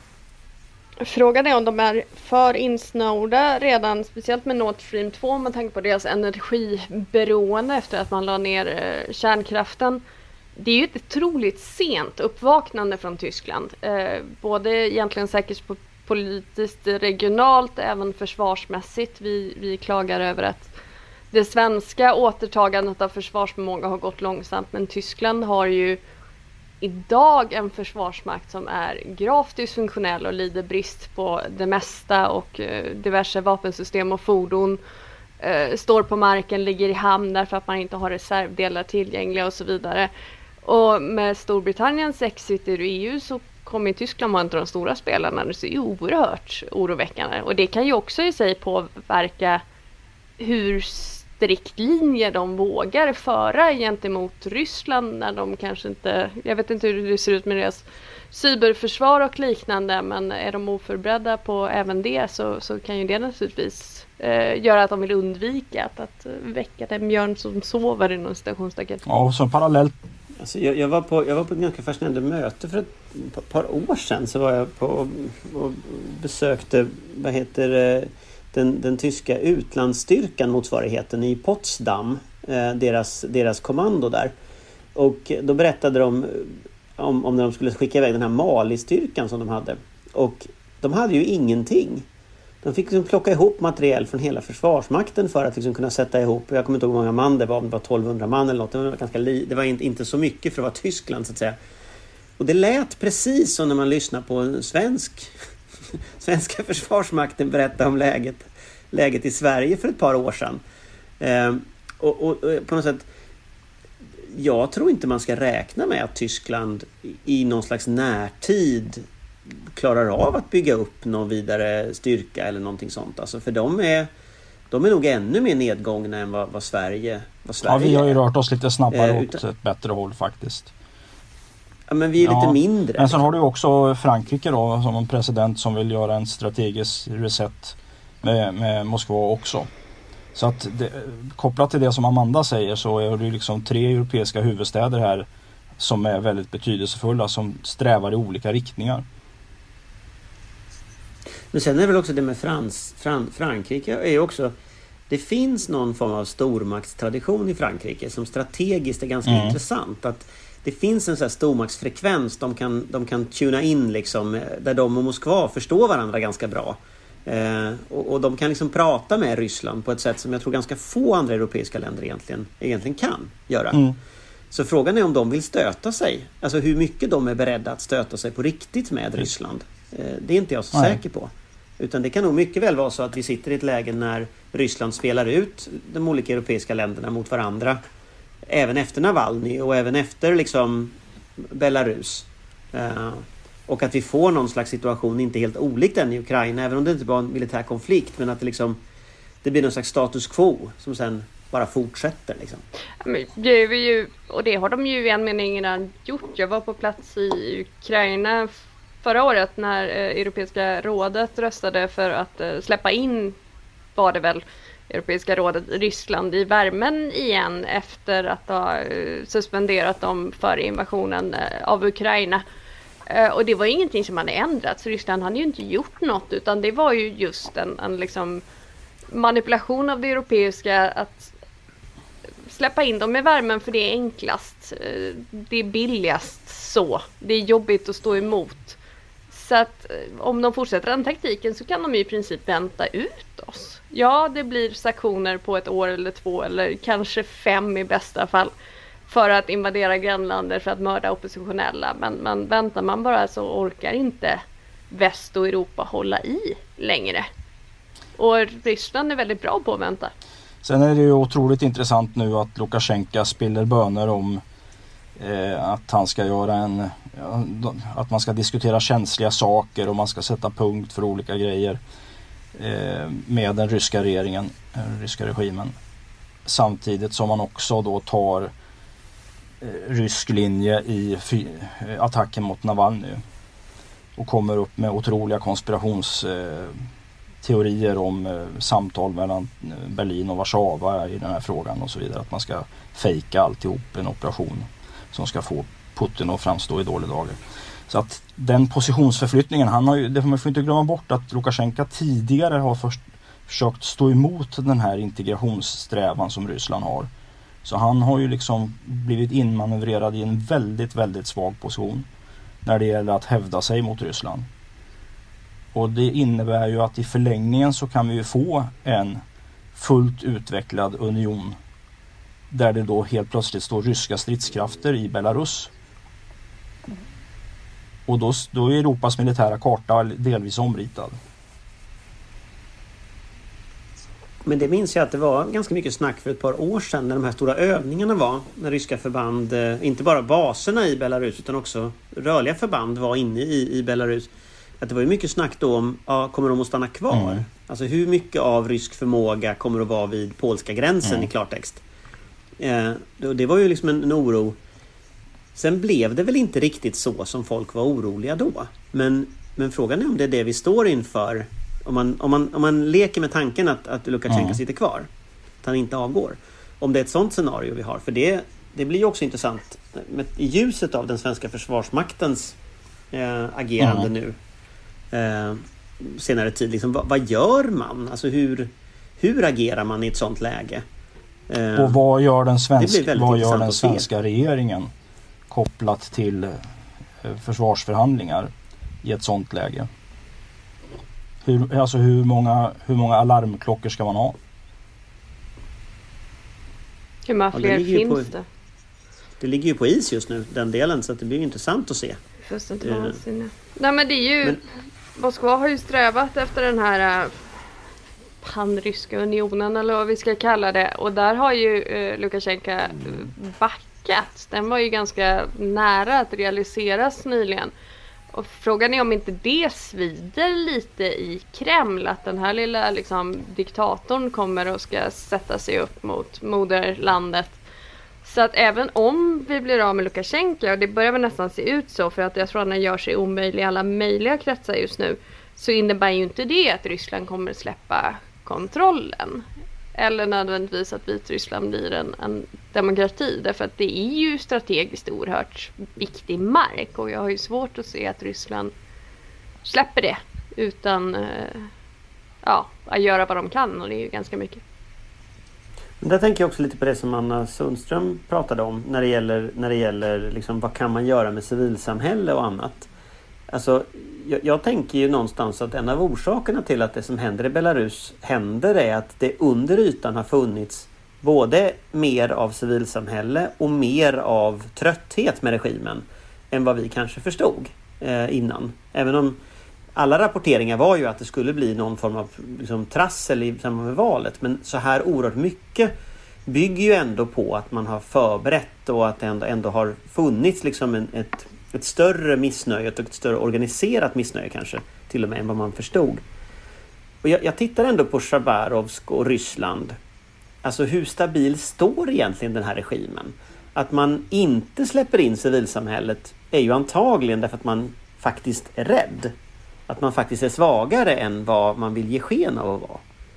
Frågan är om de är för insnöda redan, speciellt med Nord Stream två med tanke på deras energiberoende efter att man la ner kärnkraften. Det är ju ett otroligt sent uppvaknande från Tyskland. Eh, både egentligen säkerhetspolitiskt, regionalt, även försvarsmässigt. Vi, vi klagar över att det svenska återtagandet av försvarsförmåga har gått långsamt. Men Tyskland har ju idag en försvarsmakt som är gravt dysfunktionell och lider brist på det mesta och eh, diverse vapensystem och fordon. eh, står på marken, ligger i hamn därför att man inte har reservdelar tillgängliga och så vidare. Och med Storbritanniens exit ur E U så kommer Tyskland vara en av de stora spelarna. Det är oerhört oroväckande. Och det kan ju också i sig påverka hur strikt linje de vågar föra gentemot Ryssland när de kanske inte, jag vet inte hur det ser ut med deras cyberförsvar och liknande, men är de oförberedda på även det så, så kan ju det naturligtvis eh, göra att de vill undvika att, att väcka den björn som sover i någon stationstaket. Ja, och så parallellt. Alltså jag, jag, var på, jag var på ett ganska fascinerande möte för ett par år sedan, så var jag på och besökte, vad heter den, den tyska utlandsstyrkan, motsvarigheten i Potsdam, deras, deras kommando där. Och då berättade de om, om när de skulle skicka iväg den här Mali-styrkan som de hade. Och de hade ju ingenting. De fick liksom plocka ihop material från hela försvarsmakten för att liksom kunna sätta ihop. Jag kommer inte ihåg hur många man det var, om det var tolvhundra man eller något. Det var, ganska li- det var inte, inte så mycket för att vara Tyskland så att säga. Och det lät precis som när man lyssnar på en svensk, svenska försvarsmakten berätta om läget, läget i Sverige för ett par år sedan. Eh, och, och, och på något sätt, jag tror inte man ska räkna med att Tyskland i någon slags närtid klarar av att bygga upp någon vidare styrka eller någonting sånt. Alltså för de är, de är nog ännu mer nedgångna än vad, vad Sverige, vad Sverige Ja, vi har ju är. rört oss lite snabbare eh, åt utan... ett bättre håll faktiskt. Ja, men vi är ja, lite mindre. Men sen har du också Frankrike då, som en president som vill göra en strategisk reset med, med Moskva också. Så att det, kopplat till det som Amanda säger, så är det liksom tre europeiska huvudstäder här som är väldigt betydelsefulla, som strävar i olika riktningar. Men sen är det väl också det med Frans, Fran, Frankrike är också, det finns någon form av stormaktstradition i Frankrike som strategiskt är ganska mm. intressant. Att det finns en sån här stormaktsfrekvens de kan, de kan tuna in liksom, där de och Moskva förstår varandra ganska bra. Eh, och, och de kan liksom prata med Ryssland på ett sätt som jag tror ganska få andra europeiska länder egentligen, egentligen kan göra. Mm. Så frågan är om de vill stöta sig. Alltså hur mycket de är beredda att stöta sig på riktigt med mm. Ryssland. Eh, det är inte jag så Nej. säker på. Utan det kan nog mycket väl vara så att vi sitter i ett läge när Ryssland spelar ut de olika europeiska länderna mot varandra. Även efter Navalny och även efter liksom Belarus. Uh, och att vi får någon slags situation inte helt olikt den i Ukraina. Även om det inte var en militär konflikt. Men att det, liksom, det blir någon slags status quo som sen bara fortsätter. Liksom. Men det är vi ju, och det har de ju i en mening redan gjort. Jag var på plats i Ukraina förra året när eh, Europeiska rådet röstade för att eh, släppa in, var det väl, Europeiska rådet Ryssland i värmen igen efter att ha eh, suspenderat dem för invasionen eh, av Ukraina. Eh, och det var ingenting som hade ändrats. Ryssland hade ju inte gjort något, utan det var ju just en, en liksom manipulation av det europeiska att släppa in dem i värmen, för det är enklast. Eh, det är billigast så. Det är jobbigt att stå emot. Så att om de fortsätter den taktiken så kan de i princip vänta ut oss. Ja, det blir sanktioner på ett år eller två eller kanske fem i bästa fall för att invadera grannländer, för att mörda oppositionella. Men, men väntar man bara så orkar inte väst och Europa hålla i längre. Och Ryssland är väldigt bra på att vänta. Sen är det ju otroligt intressant nu att Lukasjenko spiller böner om eh, att han ska göra en att man ska diskutera känsliga saker och man ska sätta punkt för olika grejer eh, med den ryska regeringen, den ryska regimen. Samtidigt som man också då tar eh, rysk linje i fy, eh, attacken mot Navalny och kommer upp med otroliga konspirationsteorier eh, om eh, samtal mellan Berlin och Warszawa i den här frågan och så vidare. Att man ska fejka alltihop, en operation som ska få Putin att framstå i dålig dager. Så att den positionsförflyttningen, han har ju, det får man får inte glömma bort att Lukasjenko tidigare har först, försökt stå emot den här integrationssträvan som Ryssland har. Så han har ju liksom blivit inmanövrerad i en väldigt, väldigt svag position när det gäller att hävda sig mot Ryssland. Och det innebär ju att i förlängningen så kan vi ju få en fullt utvecklad union där det då helt plötsligt står ryska stridskrafter i Belarus. Och då, då är Europas militära karta delvis omritad. Men det minns jag att det var ganska mycket snack för ett par år sedan när de här stora övningarna var. När ryska förband, inte bara baserna i Belarus utan också rörliga förband var inne i, i Belarus. Att det var ju mycket snack då om, ja, kommer de att stanna kvar? Mm. Alltså hur mycket av rysk förmåga kommer att vara vid polska gränsen mm. i klartext? Eh, det var ju liksom en, en oro. Sen blev det väl inte riktigt så som folk var oroliga då. Men, men frågan är om det är det vi står inför. Om man, om man, om man leker med tanken att, att Lukasjenko mm. sitter kvar. Att han inte avgår. Om det är ett sånt scenario vi har. För det, det blir ju också intressant. Med, i ljuset av den svenska försvarsmaktens eh, agerande mm. nu. Eh, senare tid. Liksom, vad, vad gör man? Alltså hur, hur agerar man i ett sånt läge? Eh, Och vad gör den svenska, vad gör den svenska regeringen kopplat till eh, försvarsförhandlingar i ett sånt läge? Hur, alltså hur många, hur många alarmklockor ska man ha? Hur många fler ja, det finns på, det? Det ligger ju på is just nu, den delen, så att det blir intressant att se. Först inte uh, Nej men det är ju men, Moskva har ju strävat efter den här uh, panryska unionen eller vad vi ska kalla det, och där har ju uh, Lukasjenko uh, backat. Den var ju ganska nära att realiseras nyligen. Och frågan är om inte det svider lite i Kreml, att den här lilla liksom, diktatorn kommer och ska sätta sig upp mot moderlandet. Så att även om vi blir av med Lukasjenko, och det börjar väl nästan se ut så, för att jag tror att han gör sig omöjlig i alla möjliga kretsar just nu, så innebär ju inte det att Ryssland kommer släppa kontrollen. Eller nödvändigtvis att Vitryssland blir en, en demokrati. Därför att det är ju strategiskt oerhört viktig mark. Och jag har ju svårt att se att Ryssland släpper det utan eh, ja, att göra vad de kan. Och det är ju ganska mycket. Men där tänker jag också lite på det som Anna Sundström pratade om. När det gäller, när det gäller liksom, vad kan man göra med civilsamhälle och annat. Alltså, jag, jag tänker ju någonstans att en av orsakerna till att det som händer i Belarus händer är att det under ytan har funnits både mer av civilsamhälle och mer av trötthet med regimen än vad vi kanske förstod eh, innan. Även om alla rapporteringar var ju att det skulle bli någon form av liksom, trassel i samband med valet. Men så här oerhört mycket bygger ju ändå på att man har förberett och att det ändå, ändå har funnits liksom en, ett ett större missnöje och ett större organiserat missnöje kanske till och med än vad man förstod. Och jag, jag tittar ändå på Chabarovsk och Ryssland. Alltså hur stabil står egentligen den här regimen? Att man inte släpper in civilsamhället är ju antagligen därför att man faktiskt är rädd. Att man faktiskt är svagare än vad man vill ge sken av att vara.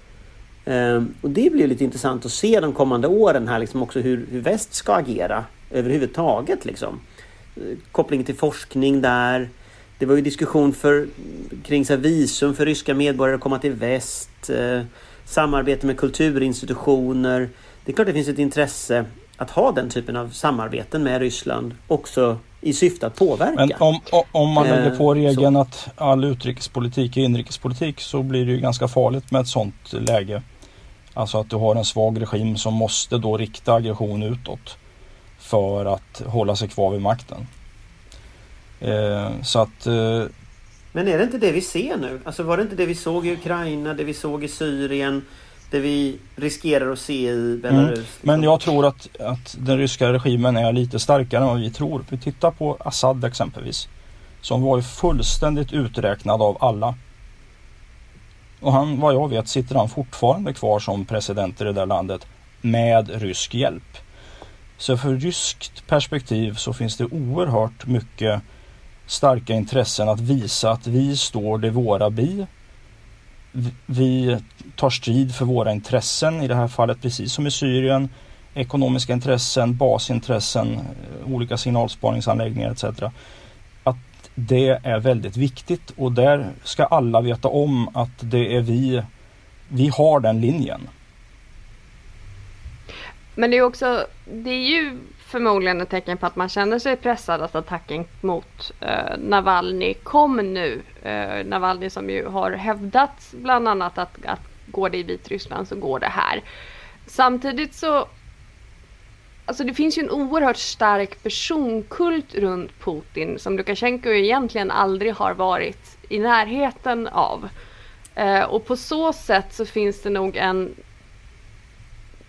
Ehm, och det blir lite intressant att se de kommande åren här liksom också hur, hur väst ska agera överhuvudtaget liksom. Koppling till forskning där. Det var ju diskussion för, kring så här, visum för ryska medborgare att komma till väst. Eh, samarbete med kulturinstitutioner. Det är klart det finns ett intresse att ha den typen av samarbeten med Ryssland också i syfte att påverka. Men om, om man lägger på regeln eh, att all utrikespolitik är inrikespolitik, så blir det ju ganska farligt med ett sånt läge. Alltså att du har en svag regim som måste då rikta aggression utåt för att hålla sig kvar vid makten. Eh, så att... Eh... Men är det inte det vi ser nu? Alltså var det inte det vi såg i Ukraina, det vi såg i Syrien, det vi riskerar att se i Belarus? Mm. Men jag tror att, att den ryska regimen är lite starkare än vad vi tror. Vi tittar på Assad exempelvis, som var ju fullständigt uträknad av alla. Och han, vad jag vet, sitter han fortfarande kvar som president i det där landet med rysk hjälp. Så för ryskt perspektiv så finns det oerhört mycket starka intressen att visa att vi står det våra bi. Vi tar strid för våra intressen, i det här fallet precis som i Syrien. Ekonomiska intressen, basintressen, olika signalspaningsanläggningar et cetera. Att det är väldigt viktigt, och där ska alla veta om att det är vi, vi har den linjen. Men det är också, det är ju förmodligen ett tecken på att man känner sig pressad att attacken mot eh, Navalny kom nu. Eh, Navalny som ju har hävdat bland annat att, att går det i Vitryssland så går det här. Samtidigt så, alltså det finns ju en oerhört stark personkult runt Putin som Lukasjenko egentligen aldrig har varit i närheten av. Eh, och på så sätt så finns det nog en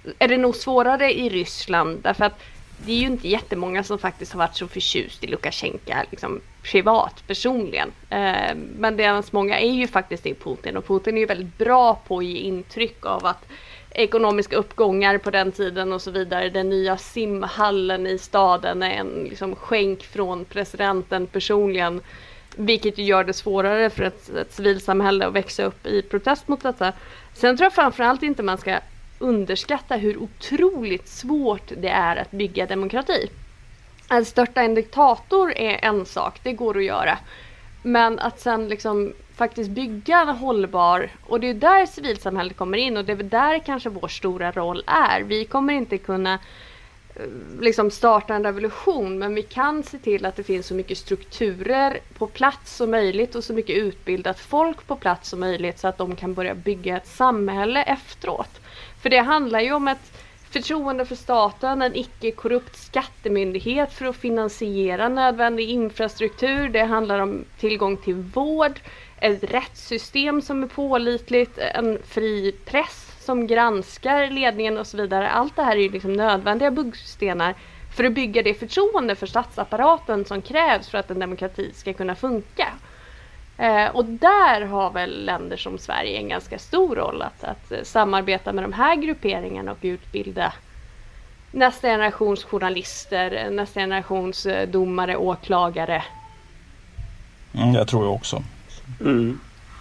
är det nog svårare i Ryssland, därför att det är ju inte jättemånga som faktiskt har varit så förtjust i Lukasjenko liksom privat, personligen. Eh, men deras många är ju faktiskt i Putin, och Putin är ju väldigt bra på att ge intryck av att ekonomiska uppgångar på den tiden och så vidare. Den nya simhallen i staden är en liksom skänk från presidenten personligen, vilket ju gör det svårare för ett, ett civilsamhälle att växa upp i protest mot detta. Sen tror jag framförallt inte man ska underskatta hur otroligt svårt det är att bygga demokrati. Att störta en diktator är en sak, det går att göra. Men att sen liksom faktiskt bygga en hållbar, och det är där civilsamhället kommer in, och det är där kanske vår stora roll är. Vi kommer inte kunna liksom starta en revolution, men vi kan se till att det finns så mycket strukturer på plats som möjligt och så mycket utbildat folk på plats som möjligt, så att de kan börja bygga ett samhälle efteråt. För det handlar ju om ett förtroende för staten, en icke-korrupt skattemyndighet för att finansiera nödvändig infrastruktur. Det handlar om tillgång till vård, ett rättssystem som är pålitligt, en fri press som granskar ledningen och så vidare. Allt det här är ju liksom nödvändiga byggstenar för att bygga det förtroende för statsapparaten som krävs för att en demokrati ska kunna funka. Eh, och där har väl länder som Sverige en ganska stor roll att, att samarbeta med de här grupperingarna och utbilda nästa generations journalister, nästa generations domare, åklagare. Mm, jag tror jag också. Mm.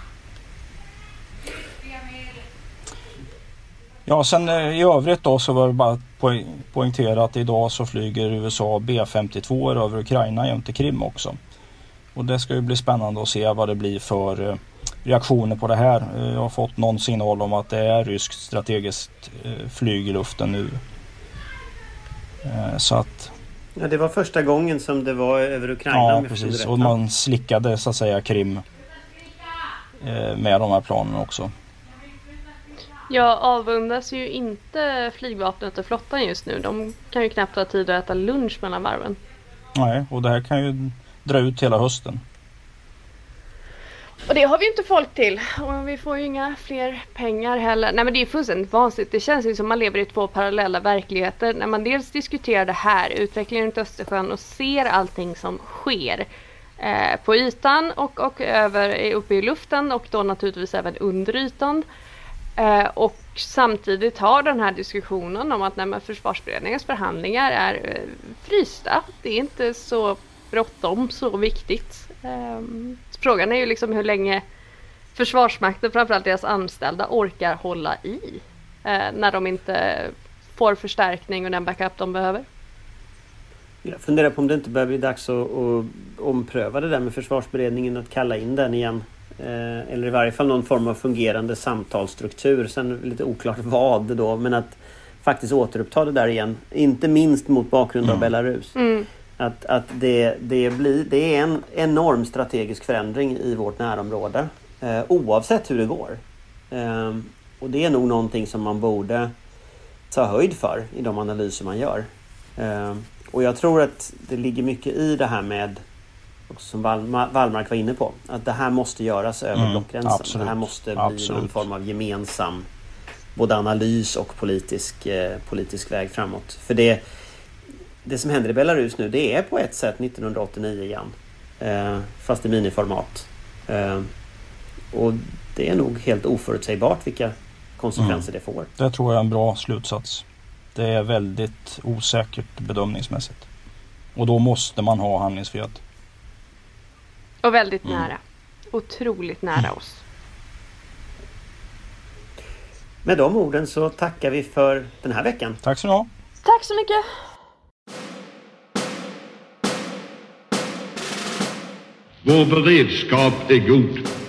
Ja, sen i övrigt då så var det bara att poängtera att idag så flyger U S A B femtiotvå över Ukraina jämte Krim också. Och det ska ju bli spännande att se vad det blir för reaktioner på det här. Jag har fått någon signal om att det är ryskt strategiskt flyg i luften nu. Så att... Ja, det var första gången som det var över Ukraina. Ja, precis. Och man slickade så att säga Krim med de här planen också. Jag avundas ju inte flygvapnet och flottan just nu. De kan ju knappt ha tid att äta lunch mellan varven. Nej, och det här kan ju dra ut hela hösten. Och det har vi ju inte folk till. Och vi får ju inga fler pengar heller. Nej, men det är fullständigt vansinnigt. Det känns ju som man lever i två parallella verkligheter. När man dels diskuterar det här, utvecklingen runt Östersjön, och ser allting som sker eh, på ytan och, och över, uppe i luften, och då naturligtvis även under ytan. Eh, och samtidigt har den här diskussionen om att när försvarsberedningens förhandlingar är eh, frysta. Det är inte så bråttom, så viktigt. Eh, frågan är ju liksom hur länge Försvarsmakten, framförallt deras anställda, orkar hålla i eh, när de inte får förstärkning och den backup de behöver. Jag funderar på om det inte börjar bli dags att, att ompröva det där med försvarsberedningen, att kalla in den igen. Eh, eller i varje fall någon form av fungerande samtalsstruktur. Sen lite oklart vad då, men att faktiskt återuppta det där igen. Inte minst mot bakgrund av mm. Belarus. Mm. Att, att det, det, blir, det är en enorm strategisk förändring i vårt närområde. Eh, oavsett hur det går. Eh, och det är nog någonting som man borde ta höjd för i de analyser man gör. Eh, och jag tror att det ligger mycket i det här med, som Wallmark var inne på, att det här måste göras över mm, blockgränsen. Absolut, det här måste bli absolut. någon form av gemensam både analys och politisk, eh, politisk väg framåt. För det, det som händer i Belarus nu, det är på ett sätt nittonhundraåttionio igen. Eh, fast i miniformat. Eh, och det är nog helt oförutsägbart vilka konsekvenser mm. det får. Det tror jag är en bra slutsats. Det är väldigt osäkert bedömningsmässigt. Och då måste man ha handlingsfrihet. Och väldigt mm. nära. Otroligt nära mm. oss. Med de orden så tackar vi för den här veckan. Tack så mycket. Tack så mycket. Vår beredskap är god.